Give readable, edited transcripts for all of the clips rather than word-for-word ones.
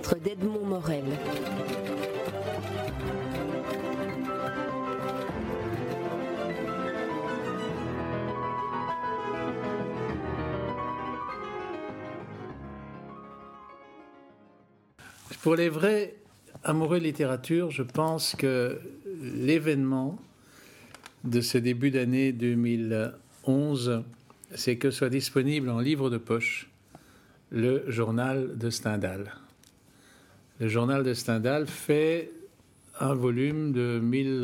Centre d'Edmond Morel. Pour les vrais amoureux de littérature, je pense que l'événement de ce début d'année 2011, c'est que soit disponible en livre de poche le journal de Stendhal. Le journal de Stendhal fait un volume de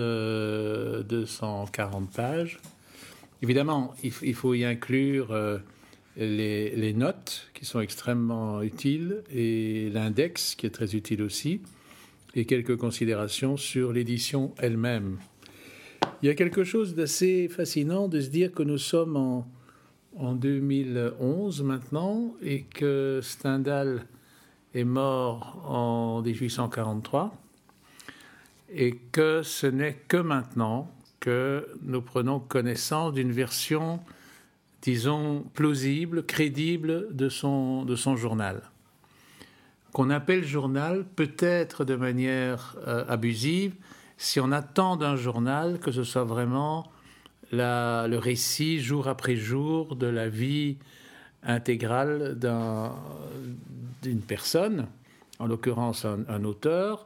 1240 pages. Évidemment, il faut y inclure les notes qui sont extrêmement utiles et l'index qui est très utile aussi et quelques considérations sur l'édition elle-même. Il y a quelque chose d'assez fascinant de se dire que nous sommes en 2011 maintenant et que Stendhal est mort en 1843 et que ce n'est que maintenant que nous prenons connaissance d'une version, disons, plausible, crédible de son journal. Qu'on appelle journal peut-être de manière abusive si on attend d'un journal que ce soit vraiment le récit jour après jour de la vie intégrale d'une personne, en l'occurrence un auteur.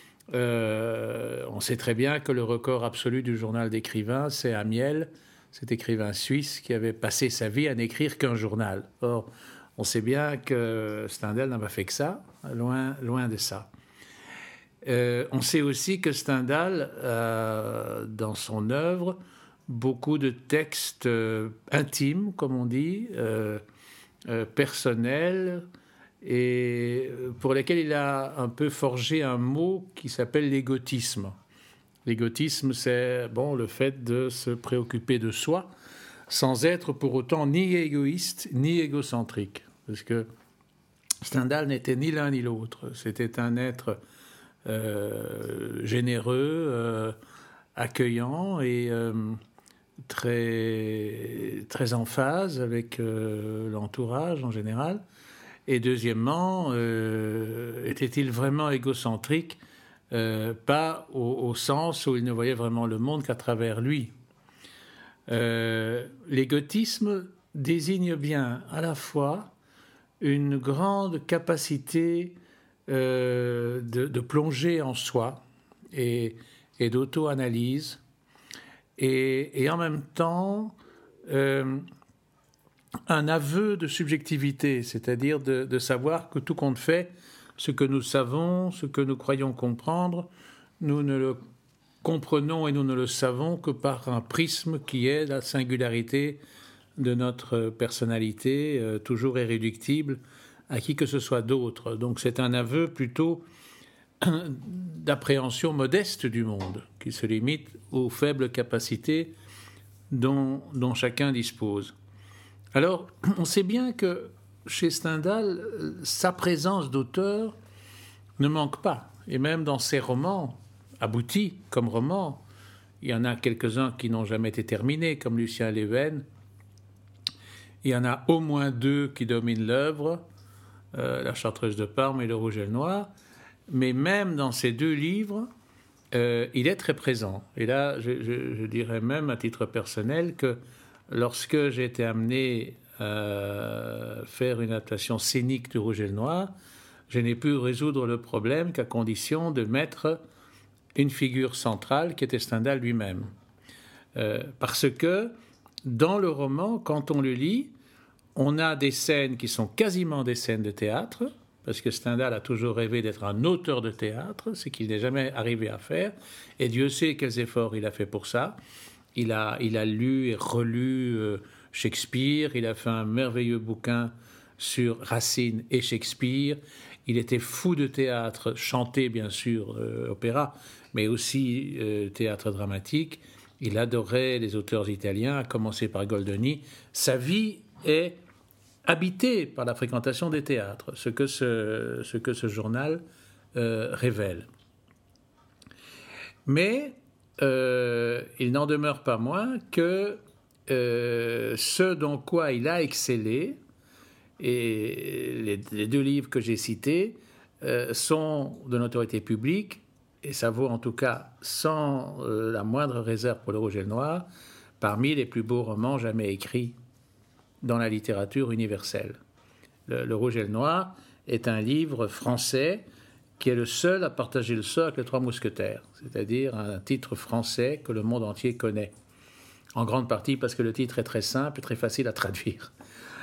On sait très bien que le record absolu du journal d'écrivain, c'est Amiel, cet écrivain suisse qui avait passé sa vie à n'écrire qu'un journal. Or, on sait bien que Stendhal n'a pas fait que ça, loin de ça. On sait aussi que Stendhal, dans son œuvre, beaucoup de textes intimes, comme on dit, personnels, et pour lesquels il a un peu forgé un mot qui s'appelle l'égotisme. L'égotisme, c'est le fait de se préoccuper de soi, sans être pour autant ni égoïste, ni égocentrique. Parce que Stendhal n'était ni l'un ni l'autre. C'était un être généreux, accueillant et très, très en phase avec l'entourage en général. Et deuxièmement, était-il vraiment égocentrique ? Pas au sens où il ne voyait vraiment le monde qu'à travers lui. L'égotisme désigne bien à la fois une grande capacité de plonger en soi et d'auto-analyse et en même temps un aveu de subjectivité, c'est-à-dire de savoir que tout compte fait, ce que nous savons, ce que nous croyons comprendre, nous ne le comprenons et nous ne le savons que par un prisme qui est la singularité de notre personnalité, toujours irréductible à qui que ce soit d'autre. Donc c'est un aveu plutôt d'appréhension modeste du monde, qui se limite aux faibles capacités dont chacun dispose. Alors, on sait bien que chez Stendhal, sa présence d'auteur ne manque pas. Et même dans ses romans, aboutis comme romans, il y en a quelques-uns qui n'ont jamais été terminés, comme Lucien Leven. Il y en a au moins 2 qui dominent l'œuvre, La Chartreuse de Parme et Le Rouge et le Noir. Mais même dans ces 2 livres, il est très présent. Et là, je dirais même à titre personnel que lorsque j'ai été amené à faire une adaptation scénique du Rouge et le Noir, je n'ai pu résoudre le problème qu'à condition de mettre une figure centrale qui était Stendhal lui-même. Parce que dans le roman, quand on le lit, on a des scènes qui sont quasiment des scènes de théâtre, parce que Stendhal a toujours rêvé d'être un auteur de théâtre, ce qu'il n'est jamais arrivé à faire, et Dieu sait quels efforts il a fait pour ça. Il a lu et relu Shakespeare, il a fait un merveilleux bouquin sur Racine et Shakespeare. Il était fou de théâtre, chanté bien sûr, opéra, mais aussi théâtre dramatique. Il adorait les auteurs italiens, à commencer par Goldoni. Sa vie est habitée par la fréquentation des théâtres, ce que ce journal révèle. Mais il n'en demeure pas moins que ce dans quoi il a excellé, et les 2 livres que j'ai cités, sont de notoriété publique, et ça vaut en tout cas sans la moindre réserve pour Le Rouge et le Noir, parmi les plus beaux romans jamais écrits dans la littérature universelle. Le Rouge et le Noir est un livre français qui est le seul à partager le sort avec Les Trois Mousquetaires, c'est-à-dire un titre français que le monde entier connaît, en grande partie parce que le titre est très simple et très facile à traduire.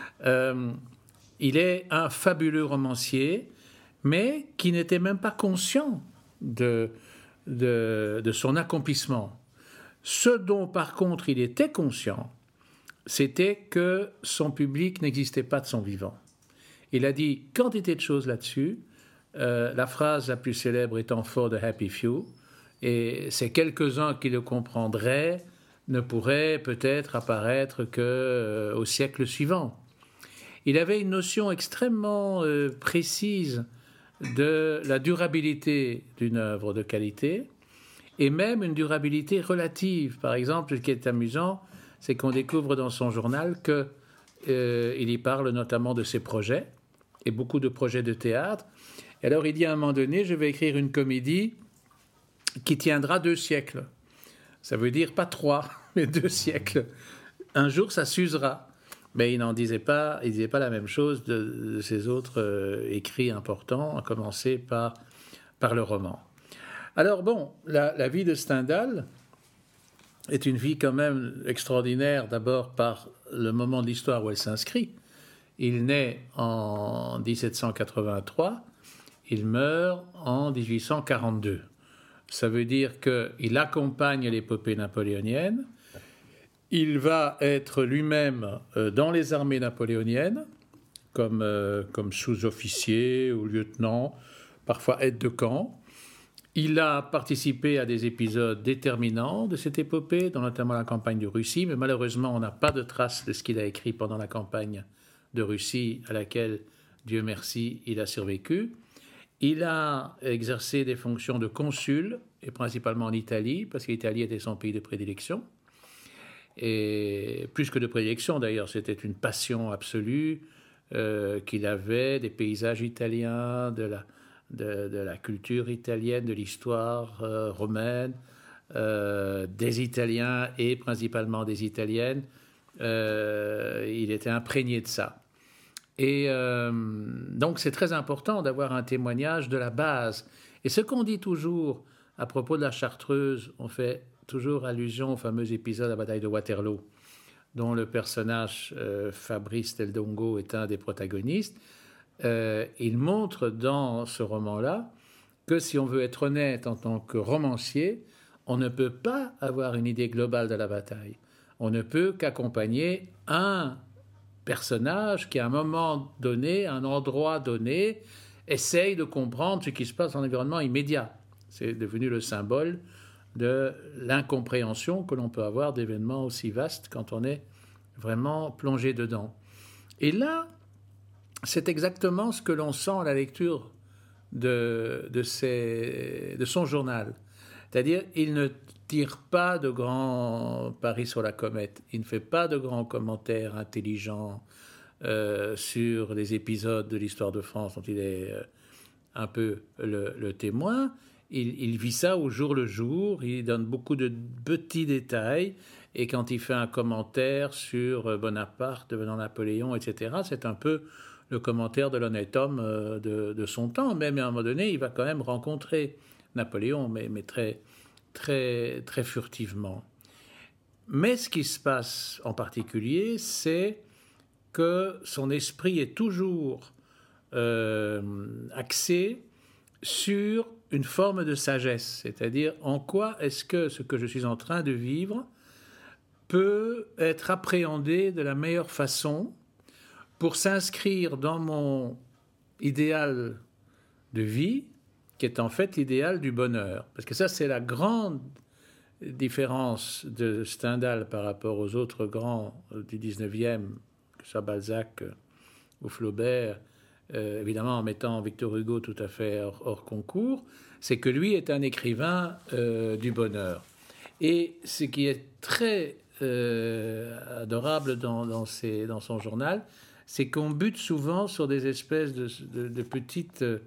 Il est un fabuleux romancier, mais qui n'était même pas conscient de son accomplissement. Ce dont, par contre, il était conscient, c'était que son public n'existait pas de son vivant. Il a dit quantité de choses là-dessus, la phrase la plus célèbre étant « for the happy few », et ces quelques-uns qui le comprendraient ne pourraient peut-être apparaître qu'au siècle suivant. Il avait une notion extrêmement précise de la durabilité d'une œuvre de qualité, et même une durabilité relative. Par exemple, ce qui est amusant, c'est qu'on découvre dans son journal qu'il y parle notamment de ses projets, et beaucoup de projets de théâtre. Et alors il dit à un moment donné, je vais écrire une comédie qui tiendra 2 siècles. Ça veut dire pas 3, mais 2 siècles. Un jour, ça s'usera. Mais il disait pas la même chose de ses autres écrits importants, à commencer par le roman. Alors bon, la vie de Stendhal est une vie quand même extraordinaire, d'abord par le moment de l'histoire où elle s'inscrit. Il naît en 1783, il meurt en 1842. Ça veut dire qu'il accompagne l'épopée napoléonienne. Il va être lui-même dans les armées napoléoniennes, comme sous-officier ou lieutenant, parfois aide de camp. Il a participé à des épisodes déterminants de cette épopée, dont notamment la campagne de Russie, mais malheureusement, on n'a pas de traces de ce qu'il a écrit pendant la campagne de Russie, à laquelle, Dieu merci, il a survécu. Il a exercé des fonctions de consul, et principalement en Italie, parce que l'Italie était son pays de prédilection. Et plus que de prédilection, d'ailleurs, c'était une passion absolue qu'il avait des paysages italiens, de la culture italienne, de l'histoire romaine, des Italiens et principalement des Italiennes. Il était imprégné de ça. Et donc c'est très important d'avoir un témoignage de la base. Et ce qu'on dit toujours à propos de la Chartreuse, on fait toujours allusion au fameux épisode de la bataille de Waterloo, dont le personnage Fabrice Del Dongo est un des protagonistes. Il montre dans ce roman-là que si on veut être honnête en tant que romancier, on ne peut pas avoir une idée globale de la bataille. On ne peut qu'accompagner un personnage qui, à un moment donné, à un endroit donné, essaye de comprendre ce qui se passe dans l'environnement immédiat. C'est devenu le symbole de l'incompréhension que l'on peut avoir d'événements aussi vastes quand on est vraiment plongé dedans. Et là, c'est exactement ce que l'on sent à la lecture de son journal. C'est-à-dire, il ne tire pas de grands paris sur la comète, il ne fait pas de grands commentaires intelligents sur les épisodes de l'histoire de France dont il est un peu le témoin. Il vit ça au jour le jour, il donne beaucoup de petits détails, et quand il fait un commentaire sur Bonaparte devenant Napoléon, etc., c'est un peu le commentaire de l'honnête homme de son temps. Même à un moment donné, il va quand même rencontrer Napoléon, mais très, très, très furtivement. Mais ce qui se passe en particulier, c'est que son esprit est toujours axé sur une forme de sagesse, c'est-à-dire en quoi est-ce que ce que je suis en train de vivre peut être appréhendé de la meilleure façon pour s'inscrire dans mon idéal de vie, qui est en fait l'idéal du bonheur. Parce que ça, c'est la grande différence de Stendhal par rapport aux autres grands du 19e, que ce soit Balzac ou Flaubert, évidemment en mettant Victor Hugo tout à fait hors concours, c'est que lui est un écrivain du bonheur. Et ce qui est très adorable dans son journal, c'est qu'on bute souvent sur des espèces de petites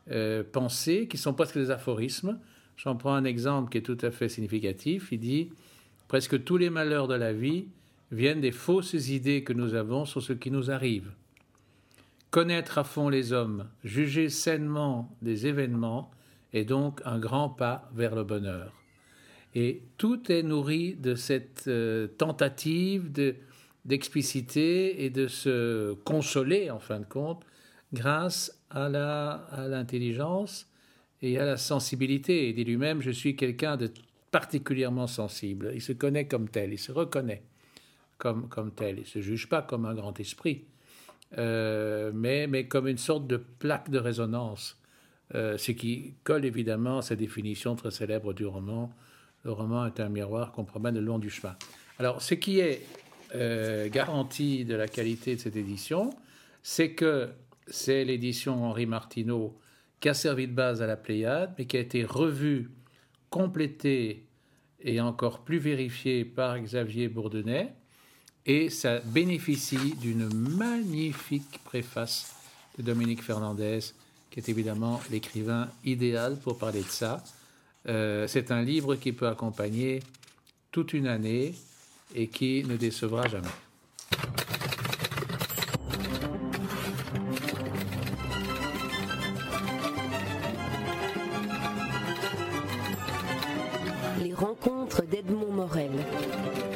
pensées qui sont presque des aphorismes. J'en prends un exemple qui est tout à fait significatif. Il dit « Presque tous les malheurs de la vie viennent des fausses idées que nous avons sur ce qui nous arrive. Connaître à fond les hommes, juger sainement des événements est donc un grand pas vers le bonheur. » Et tout est nourri de cette tentative d'expliciter et de se consoler, en fin de compte, grâce à l'intelligence et à la sensibilité. Il dit lui-même, je suis quelqu'un de particulièrement sensible. Il se connaît comme tel, il se reconnaît comme tel. Il ne se juge pas comme un grand esprit, mais comme une sorte de plaque de résonance, ce qui colle évidemment à sa définition très célèbre du roman. Le roman est un miroir qu'on promène le long du chemin. Alors, ce qui est garantie de la qualité de cette édition, c'est que c'est l'édition Henri Martineau qui a servi de base à la Pléiade, mais qui a été revue, complétée et encore plus vérifiée par Xavier Bourdonnais, et ça bénéficie d'une magnifique préface de Dominique Fernandez, qui est évidemment l'écrivain idéal pour parler de ça. C'est un livre qui peut accompagner toute une année et qui ne décevra jamais. Les rencontres d'Edmond Morel.